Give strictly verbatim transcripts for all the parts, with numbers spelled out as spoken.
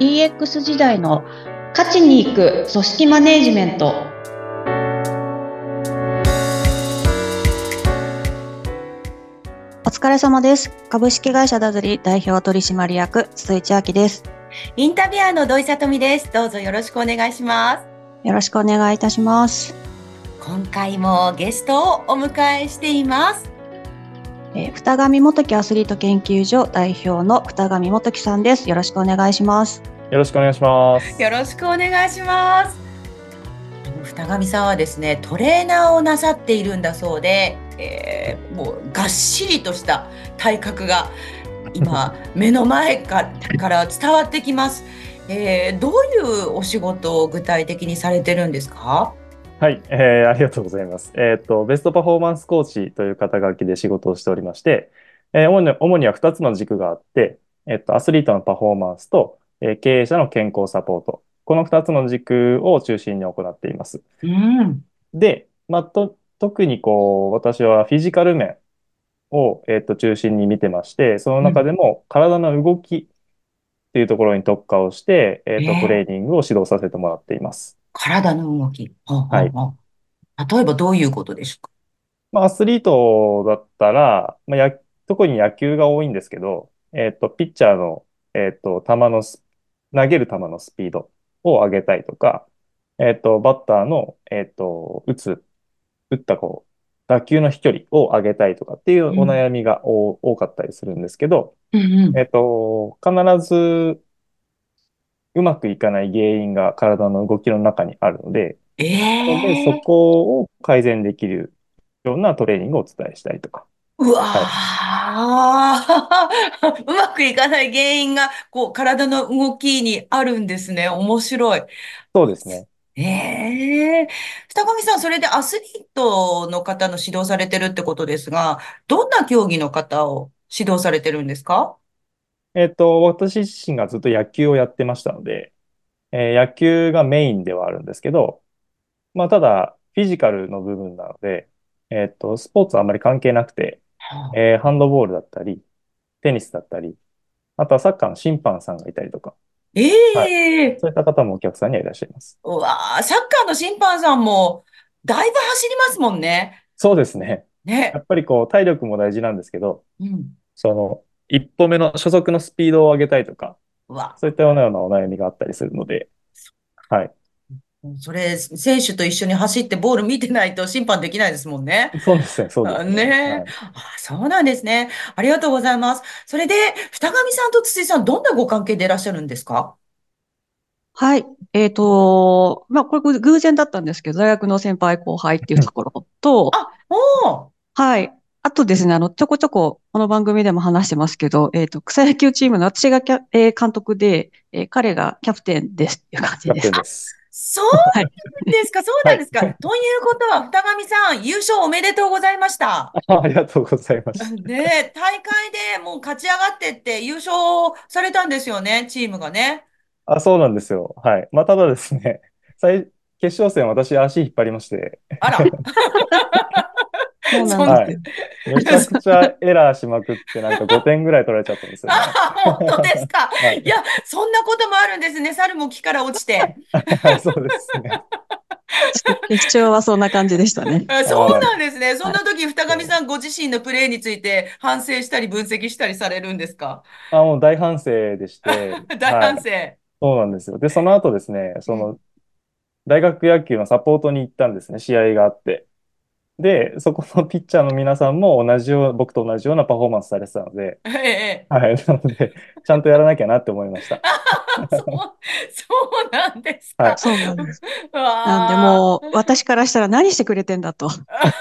ィーエックス 時代の勝ちに行く組織マネジメント。 お疲れ様です。株式会社ダズリ代表取締役筒井千明です。 インタビュアーの土井さとみです。どうぞよろしくお願いします。 よろしくお願いいたします。 今回もゲストをお迎えしています。 えー、二上元樹アスリート研究所代表の二上元樹さんです。よろしくお願いします。 よろしくお願いします。 よろしくお願いします。二上さんはですね、トレーナーをなさっているんだそうで、えー、もうがっしりとした体格が今目の前かから伝わってきます。えー、どういうお仕事を具体的にされてるんですか？ はい、えー、ありがとうございます。えっと、ベストパフォーマンスコーチという肩書きで仕事をしておりまして、えー、主に、主にはふたつの軸があって、えっと、アスリートのパフォーマンスと、えー経営者の健康サポート。このふたつの軸を中心に行っています。 うん。 で、まあ、と、特にこう、私はフィジカル面を、えっと、中心に見てまして、その中でも体の動きっていうところに特化をして、えっと、トレえー、 ーニングを指導させてもらっています。 体の動き。はあはい。 はあ、例えばどういうことでしょうか？ まあ、アスリートだったら、まあ、や、特に野球が多いんですけど、えっと、ピッチャーの、えっと、球のス、投げる球のスピードを上げたいとか、えっと、バッターの、えっと、打つ、打ったこう、打球の飛距離を上げたいとかっていうおうん。 悩みがお多かったりするんですけど、 うんうん。 えっと、必ずうまくいかない原因が体の動きの中にあるので、なので、そええこを改善できるようなトレーニングをお伝えしたりとか。 うわはい。 ーうまくいかない原因が、こう、体の動きにあるんですね。面白い。 そうですね。 ええ二上さん、それでアスリートの方の指導されてるってことですが、どんな競技の方を指導されてるんですか？ えっと、私自身がずっと野球をやってましたので、えー野球がメインではあるんですけど、まあ、ただ、フィジカルの部分なので、えっと、スポーツはあんまり関係なくて、 はえーハンドボールだったり、テニスだったり、あとはサッカーの審判さんがいたりとか、はい。 ええそういった方もお客さんにはいらっしゃいます。 うわーサッカーの審判さんも、だいぶ走りますもんね。 そうですね。やね。 っぱりこう、体力も大事なんですけど、 うん。 その、一歩目の初速のスピードを上げたいとか、 うわ。 そういったようなお悩みがあったりするので、はい。 それ、選手と一緒に走ってボール見てないと審判できないですもんね。 そうですね、そうであすね。 ねえ。 はい。 あ、そうなんですね。ありがとうございます。それで、二上さんと筒井さん、どんなご関係でいらっしゃるんですか？ はい。えっと、まあ、これ偶然だったんですけど、大学の先輩後輩っていうところと、 あ、おー。 はい。あとですね、あの、ちょこちょこ、この番組でも話してますけど、えっと、草野球チームの私がキャ、えー監督で、えー彼がキャプテンですっていう感キャプテンじです。 です。 そうはい。 なんですか、そうはい。 なんですか。ということは、二上さん、優勝おめでとうございました。 ありがとうございます。 ねえ、大会でもう勝ち上がってって優勝されたんですよね、チームがね。 あ、そうなんですよ。はい。まあ、ただですね、最、決勝戦私足引っ張りまして、 あら、 そうなんそん、 はい。めちゃくちゃエラーしまくって、なんかごてんぐらい取られちゃったんですよね。 あ、本当ですか。 はい。 いや、そんなこともあるんですね。猿も木から落ちて。 そうですね。 ちょっと決勝はそんな感じでしたね。 あ、そうはい。 なんですね。そんはい。 な時、二上そうさんご自身のプレーについて反省したり分析したりされるんですか？ あ、もう大反省でして、 大はい。 反省。 そうなんですよ。で、その後ですね、 うん。 その、大学野球のサポートに行ったんですね、試合があって。で、そこのピッチャーの皆さんも同じよう、僕と同じようなパフォーマンスされてたので、 ええ。 はい。なので、ちゃんとやらなきゃなって思いました。 そう、そうなんですはい。 か。 そうなんです。なんでわあ。 もう、私からしたら何してくれてんだと。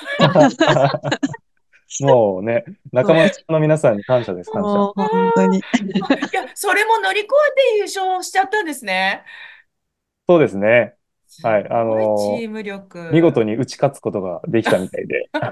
もうね、仲そう、 間の皆さんに感謝です、感謝。 もう本当に。 いや、それも乗り越えて優勝しちゃったんですね。 そうですね。 すはい。あごいチのーーム見事力。 に打ち勝つことができたみたいで。はい。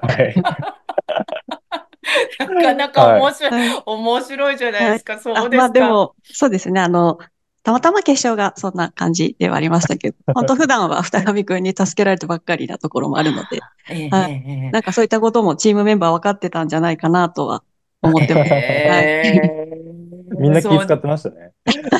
なかなかはい。 面白い、 はい。 面白いじゃないはい。 ですか。そあ、 うでまあすか。 でも、そうですね。あの、たまたま決勝がそんな感じではありましたけど、本当普段は二上くんに助けられてばっかりなところもあるので、 ええ、 はい。 えなんかそういったこともチームメンバー分かってたんじゃないかなとは思ってます。はい。 え、ええ。 みんな気そう。 使ってましたね。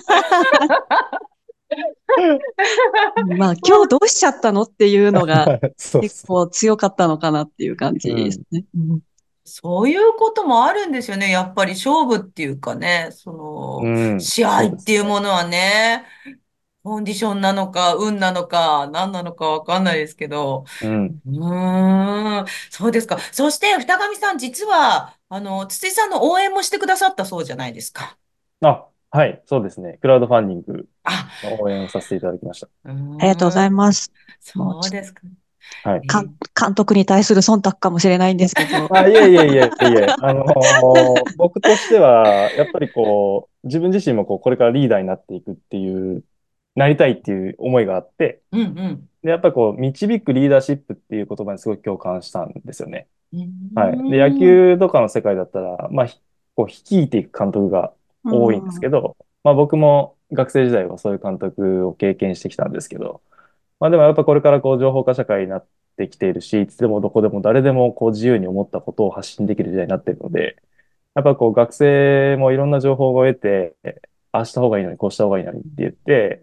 まあ、今日どうしちゃったのっていうのが結そうそ構強かったのかなっていう感う。 じうん。 ですね。うん。 そういうこともあるんですよね。やっぱり勝負っていうかね、その、 うん。 試合ってそうですね。 いうものはね、コンディションなのか、運なのか、何なのかわかんないですけど。 うん。 うーん、そうですか。そして、二上さん、実は、あの、筒井さんの応援もしてくださったそうじゃないですか。 あ、はい、そうですね。クラウドファンディングあ、 の応援をさせていただきました。 うありがとうございーん、 ます。もうち、 そうですか。 はい。 監ね、 監督に対する忖度かもしれないんですけど。 あ、いえいえいえいえ、あのー僕としては、やっぱりこう、自分自身もこう、これからリーダーになっていくっていう、なりたいっていう思いがあって、 うん、 で、やっぱりこう、導くリーダーシップっていう言葉にすごい共感したんですよね。 うはい。で、野ん。うーん。 球とかの世界だったら、まあ、ひこう、率いていく監督がう多いんですけん。 ど、まあ僕も学生時代はそういう監督を経験してきたんですけど、まあでもやっぱこれからこう情報化社会になってきているし、いつでもどこでも誰でもこう自由に思ったことを発信できる時代になっているので、やっぱこう学生もいろんな情報を得て、ああした方がいいのに、こうした方がいいのにって言って、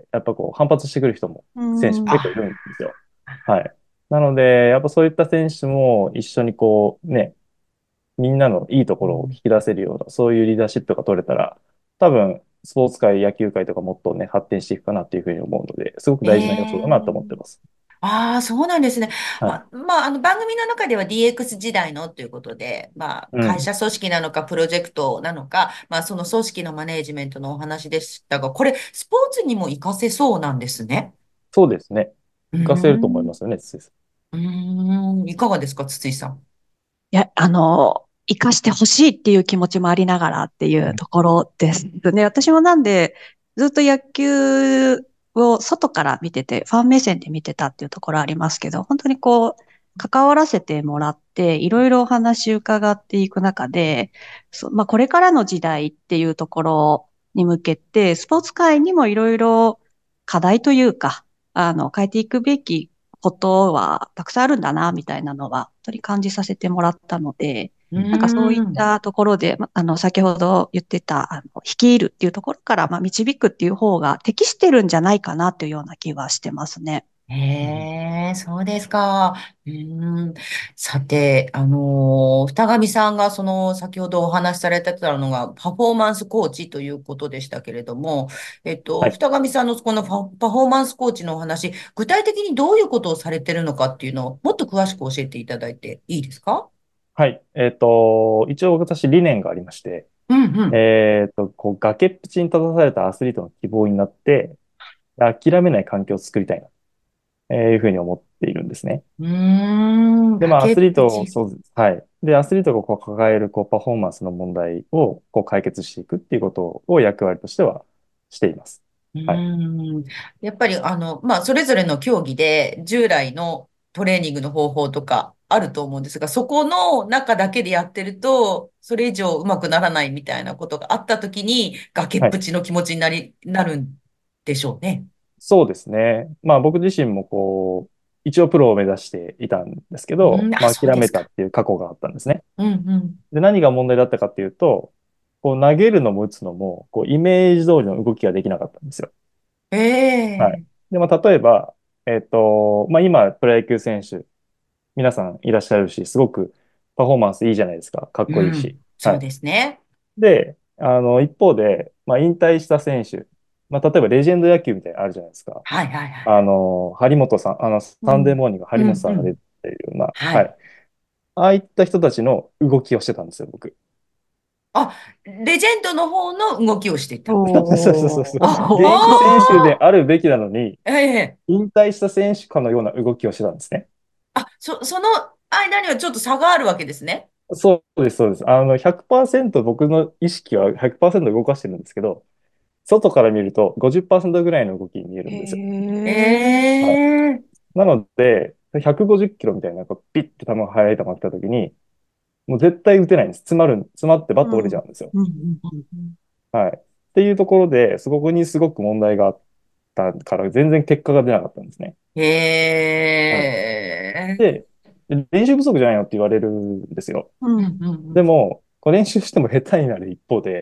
やっぱこう反発してくる人も、 う選手も結構いあ、 るんですよ。はい。なので、やっぱそういった選手も一緒にこうね、みんなのいいところを引き出せるような、そういうリーダーシップが取れたら、多分、スポーツ界、野球界とかもっとね、発展していくかなっていうふうに思うので、すごくえ大事な要素だなと思ってえ、 ます。 ああ、そうなんですね。 はい。 ま、まあ、あの、番組の中では ディーエックス 時代のということで、まあ、 うん。 会社組織なのか、プロジェクトなのか、まあ、その組織のマネージメントのお話でしたが、これ、スポーツにも活かせそうなんですね。 そうですね。 うー活かせると思いん、 ますよね、筒井さうーん、いかがですか、筒井さん。 いや、あの、生かしてほしいっていう気持ちもありながらっていうん。 ところですね。私もなんで、ずっと野球を外から見てて、ファン目線で見てたっていうところありますけど、本当にこう、関わらせてもらって、いろいろお話伺っていく中で、そまあ、これからの時代っていうところに向けて、スポーツ界にもいろいろ課題というか、あの、変えていくべきことはたくさんあるんだな、みたいなのは、本当に感じさせてもらったので、 うなんかそういっーん。 たところで、まあの、先ほど言ってた、あの、率いるっていうところから、まあ、導くっていう方が適してるんじゃないかなというような気はしてますね。 へえ、そうですか。うーん。さて、あのー、二上さんがその先ほどお話しされてたのがパフォーマンスコーチということでしたけれども、えっと、 はい。 二上さんのこのパパフォーマンスコーチのお話、具体的にどういうことをされてるのかっていうのをもっと詳しく教えていただいていいですか？ はい。えっと、一応私理念がありまして、 うんうん。 えっと、こう、崖っぷちに立たされたアスリートの希望になって、諦めない環境を作りたいな、えーいうふうに思っているんですね。 うーん、 で、まあ、ア崖っスリートを、 ぷち。 そう、はい。で、アスリートがこう抱えるこうパフォーマンスの問題をこう解決していくっていうことを役割としてはしています。 うはい。 ーん。やっぱり、あの、まあ、それぞれの競技で従来のトレーニングの方法とかあると思うんですが、そこの中だけでやってると、それ以上うまくならないみたいなことがあったときに、崖っはい。 ぷちの気持ちになり、なるんでしょうね。 そうですね。まあ、僕自身もこう、一応プロを目指していたんですけど、 うん、あ、 まあ、諦めたっそうですか。 ていう過去があったんですね。 うん、うん。 で、何が問題だったかっていうと、こう投げるのも打つのも、こうイメージ通りの動きができなかったんですよ。 えはい。 え、 で、まあ、例えば、えっと、まあ、今、プロ野球選手、皆さんいらっしゃるし、すごくパフォーマンスいいじゃないですか。かっこいいし。 うん、そうはい。 ですね。 で、あの、一方で、まあ、引退した選手、まあ、例えばレジェンド野球みたいなのあるじゃないですか。 はい、はい、はい。 あの、張本さん、あの、サンデーうん。 モーニング、張本うん、うん。 さんが出ているような、 はい。 はい。ああいった人たちの動きをしてたんですよ、僕。 あ、レジェンドの方の動きをしていた。 そうそうそうそう。 おー、 あ、 現お役選手でああ、 あるべきなのに、 ええ。 引退した選手かのような動きをしてたんですね。 あ、そ、その間にはちょっと差があるわけですね。 そうです、そうです。あの、ひゃくパーセント僕の意識はひゃくパーセント動かしてるんですけど、外から見るとごじゅっパーセントぐらいの動きに見えるへんですよ。 え。 はい。 ええ、 なので、ひゃくごじゅっキロみたいな、なんかピッて球が速い球が来た時に、もう絶対打てないんです。詰まる、詰まってバット折れうん。 ちゃうんですよ。 うん。うん。うん。 はい。っていうところで、そこにすごく問題があったから、全然結果が出なかったんですね。 えはい。 え、 で、練習不足じゃないのって言われるんですよ。 うん。 うんうんうん。 でも、こう練習しても下手になる一方で、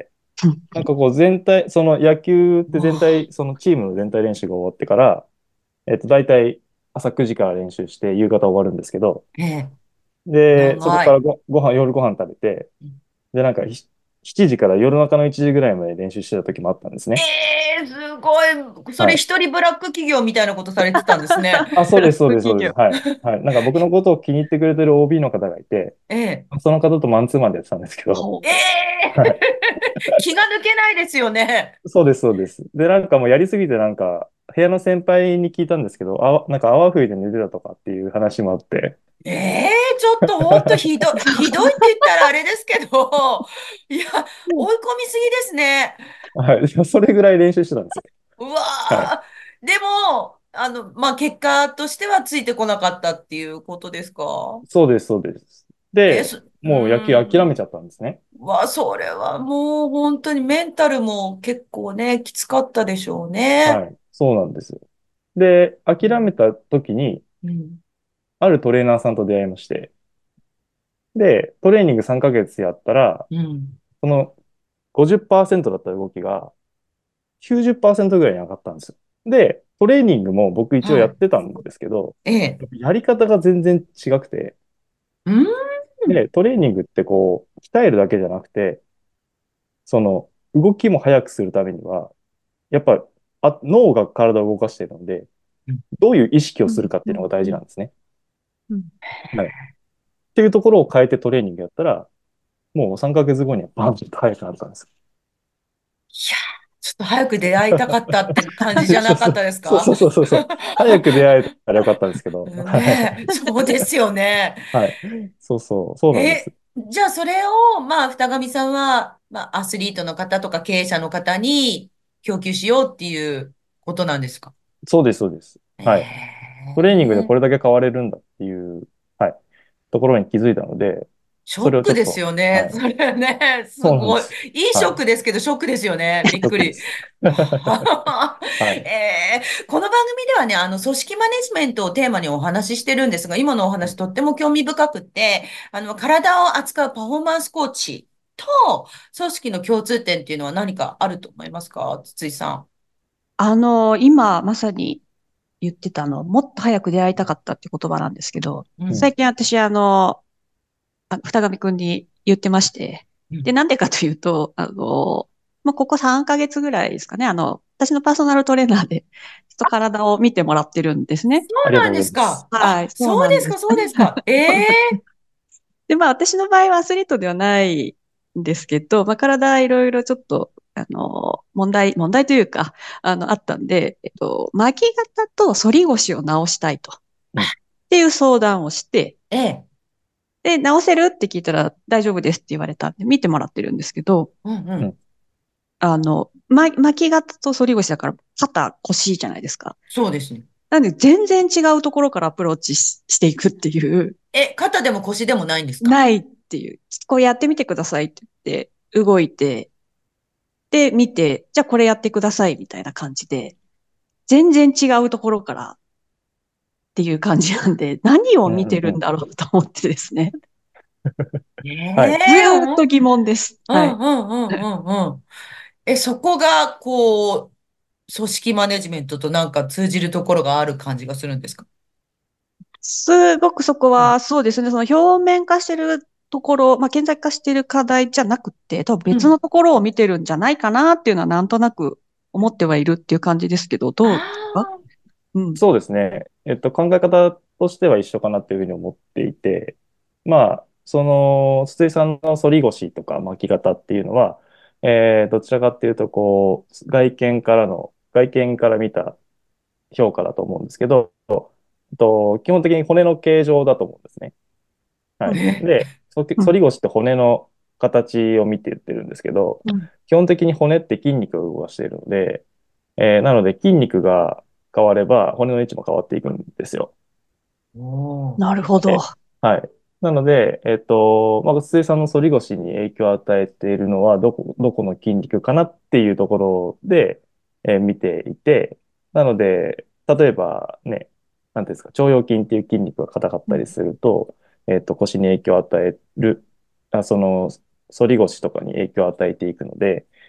なんかこう全体、その野球って全体、そのチームの全体練習が終わってから、えっと、大体朝くじから練習して夕方終わるんですけど、 ええ、 で、そこ長い。 からご、ご飯、夜ご飯食べて、で、なんかひしちじから夜中のいちじぐらいまで練習してた時もあったんですね。 ええ、すごい。それはい。 一人ブラック企業みたいなことされてたんですね。 あ、そうです、そうです、そうです。 企業。 はい。はい。なんか僕のことを気に入ってくれてる オービー の方がいて、 ええ。 その方とマンツーマンでやってたんですけど、 えほはい。 え気が抜けないですよね。 そうです、そうです。で、なんかもうやりすぎて、なんか、部屋の先輩に聞いたんですけど、あわ、なんか泡吹いて寝てたとかっていう話もあって、 ええちょっと本当ひどい、ひどいって言ったらあれですけど、いや、 う。 追い込みすぎですね。 はい。それぐらい練習してたんですよ。 うはい。 わー。でも、あの、まあ、結果としてはついてこなかったっていうことですか？ そうです、そうです。 え、 で、 す、うもう野球諦めーん。 ちゃったんですね。 わ、それはもう本当にメンタルも結構ね、きつかったでしょうね。 はい。そうなんですよ。で、諦めた時に、 うん。 あるトレーナーさんと出会いまして、で、トレーニングさんかげつやったら、 うん。 そのごじゅっパーセントだった動きがきゅうじゅっパーセントぐらいに上がったんですよ。で、トレーニングも僕一応やはってたんですけど、 い。ええ。 やり方が全然違くて、 うん。 で、トレーニングってこう、鍛えるだけじゃなくて、その、動きも速くするためには、やっぱ、あ、脳が体を動かしているので、どういう意識をうんするかっていうのが大うんうん事なんですね。 うんはい。っていうところを変えてトレーニングやったら、もうさんかげつごにはバーンと速くなったんですよ。 いやー、ちょっと早く出会いたかったって感じじゃなかったですそうか？ そうそうそうそう。早く出会えたらよかったんですけど。はい。 ねえ、そうですよね。 はい。そうそう。そうなんです。 え、じゃあそれを、まあ、二上さんは、まあ、アスリートの方とか経営者の方に供給しようっていうことなんですか？ そうです、そうです。はい。 えトレーニングでこれえ、 だけ変われるんだっていう、はい、ところに気づいたので、 ショそれックですをちょっと、 よね。 はい。 それね、すごい。 そうなんです。 いいショッはい。 クですけど、ショックですよね。びっくり。 ショックです。 わあはい。 えーこの番組ではね、あの、組織マネジメントをテーマにお話ししてるんですが、今のお話とっても興味深くって、あの、体を扱うパフォーマンスコーチと組織の共通点っていうのは何かあると思いますか、筒井さあの、今まさに言ってたの、もっと早く出会いたかったって言葉なんですけど、 ん。ううん。 ん。 最近私、あの、あ二上くんに言ってまして、で、 うん。 なんでかというと、あの、まあ、ここさんかげつぐらいですかね、あの、私のパーソナルトレーナーで、ちょっと体を見てもらってるんですね。 そうなんありがとうですか。 ございます。 はい、 あ、 そうそうですか、 なんです。 そうですか。ええで、まあ私の場合はアスリートではないんですけど、まあ体いろいろちょっと、あの、問題、問題というか、あの、あったんで、えっと、巻き肩と反り腰を直したいと。 うん。 っていう相談をして、 ええ。 で、直せるって聞いたら大丈夫ですって言われたんで、見てもらってるんですけど、 うんうん。 うん。 あの、ま、巻き肩と反り腰だから肩、腰じゃないですか。 そうですね。 なんで全然違うところからアプローチし、していくっていう、 え、肩でも腰でもないんですか？ ないっていう、こうやってみてくださいって言って、動いて、で、見て、じゃあこれやってくださいみたいな感じで、全然違うところからっていう感じなんで、何をうん。 見てうん。 るんだろうと思ってですね。 えはい。 ずえうん、 ーっと疑問です。 うはい。 んうんうんうんうん。え、そこが、こう、組織マネジメントとなんか通じるところがある感じがするんですか？ すごくそこうん。 は、そうですね、その表面化してるところ、まあ、顕在化してる課題じゃなくて、多分うん。 別のところを見てるんじゃないかなっていうのはなんとなく思ってはいるっていう感じですけど、どうですか？ あうん。 そうですね。えっと、考え方としては一緒かなっていうふうに思っていて、まあ、その、筒井さんの反り腰とか巻き方っていうのは、えーどちらかっていうと、こう、外見からの、外見から見た評価だと思うんですけど、えっと、基本的に骨の形状だと思うんですね。はい。 うん。 え、 で、そ反うん。 り腰って骨の形を見て言ってるんですけど、 うん。 基本的に骨って筋肉を動かしているので、えーなので筋肉が変われば骨の位置も変わっていくんですよ。 おー。 なるほど。 で、はい。なので、えっと、まあ、筒井さんの反り腰に影響を与えているのは、どこ、どこの筋肉かなっていうところで、えー見ていて、なので、例えばね、なんていうんですか、腸腰筋っていう筋肉が硬かっうん。 たりすると、えっと、腰に影響を与える、あ、その、反り腰とかに影響を与えていくので、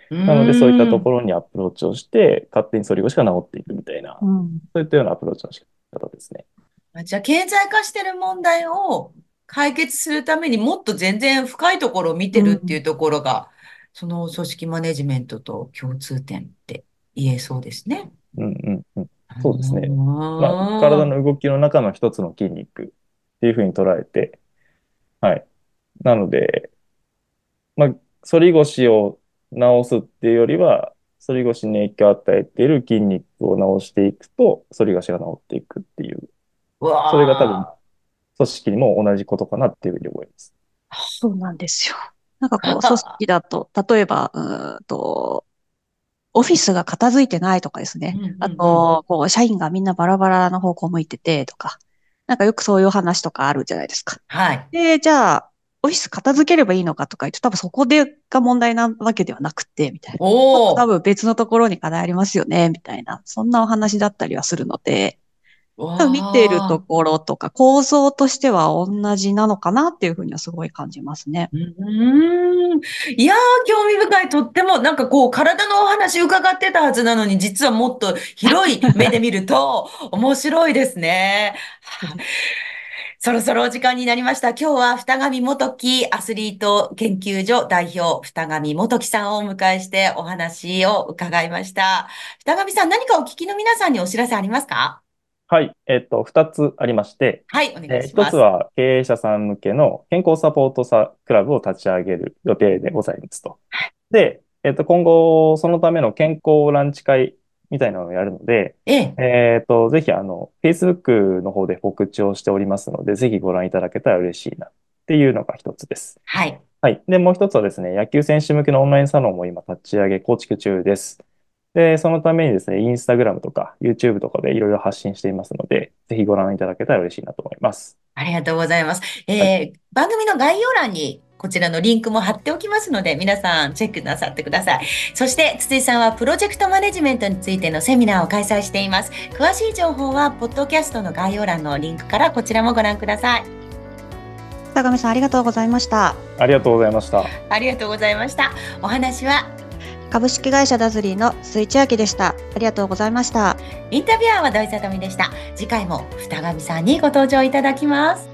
なので、そういったところ。 ろにアプローチをして、勝手に反り腰が治っていくみたいな、 うん。 そういったようなアプローチの仕方ですね。 じゃあ、顕在化してる問題を解決するためにもっと全然深いところを見てるっていうところが、その組織マネジメントと共通点って言えそうですね。 うんうんうん。 うそうですね。まあ、体ーん。 の動きの中の一つの筋肉っていうふうに捉えて、はい。なので、まあ、反り腰を治すっていうよりは、反り腰に影響を与えている筋肉を治していくと、反り腰が治っていくっていう、 うそれが多分、 わ組織にも同じことかなっていうふうに思います。 そうなんですよ。なんかこう、組あ。 織だと、例えば、うーんと、オフィスが片付いてないとかですね。 うんうあんうん。 と、こう、社員がみんなバラバラの方向向いててとか、なんかよくそういう話とかあるじゃないですか。 はい。 で、じゃあ、オフィス片付ければいいのかとか言うと、多分そこでが問題なわけではなくて、みたいな。 おもっと多お。 分別のところに課題ありますよね、みたいな。そんなお話だったりはするので、多分見ているとわあ。 ころとか構造としては同じなのかなっていうふうにはすごい感じますね。 うーん。いやー、興味深い。とっても、なんかこう、体のお話伺ってたはずなのに、実はもっと広い目で見ると、面白いですね。はあ。そろそろお時間になりました。今日は二上元樹アスリート研究所代表、二上元樹さんをお迎えしてお話を伺いました。二上さん、何かお聞きの皆さんにお知らせありますか？ はい。えっと、二つありまして、 はい、お願いえーします。 一つは経営者さん向けの健康サポートサクラブを立ち上げる予定でございますと。で、えっと、今後、そのための健康ランチ会みたいなのをやるので、 ええ、 えっと、ぜひ、あの、Facebook の方で告知をしておりますので、ぜひご覧いただけたら嬉しいなっていうのが一つです。 はい。 はい。で、もう一つはですね、野球選手向けのオンラインサロンも今立ち上げ、構築中です。で、そのためにですね、インスタグラムとか YouTube とかでいろいろ発信していますので、ぜひご覧いただけたら嬉しいなと思います。 ありがとうございます。 はい。 えー番組の概要欄にこちらのリンクも貼っておきますので、皆さんチェックなさってください。そして、筒井さんはプロジェクトマネジメントについてのセミナーを開催しています。詳しい情報は、ポッドキャストの概要欄のリンクからこちらもご覧ください。 坂上さん、ありがとうございました。 ありがとうございました。 ありがとうございました。お話は、 株式会社ダズリーの鈴井千秋でした。ありがとうございました。 インタビュアーは土井さとみでした。次回も二上さんにご登場いただきます。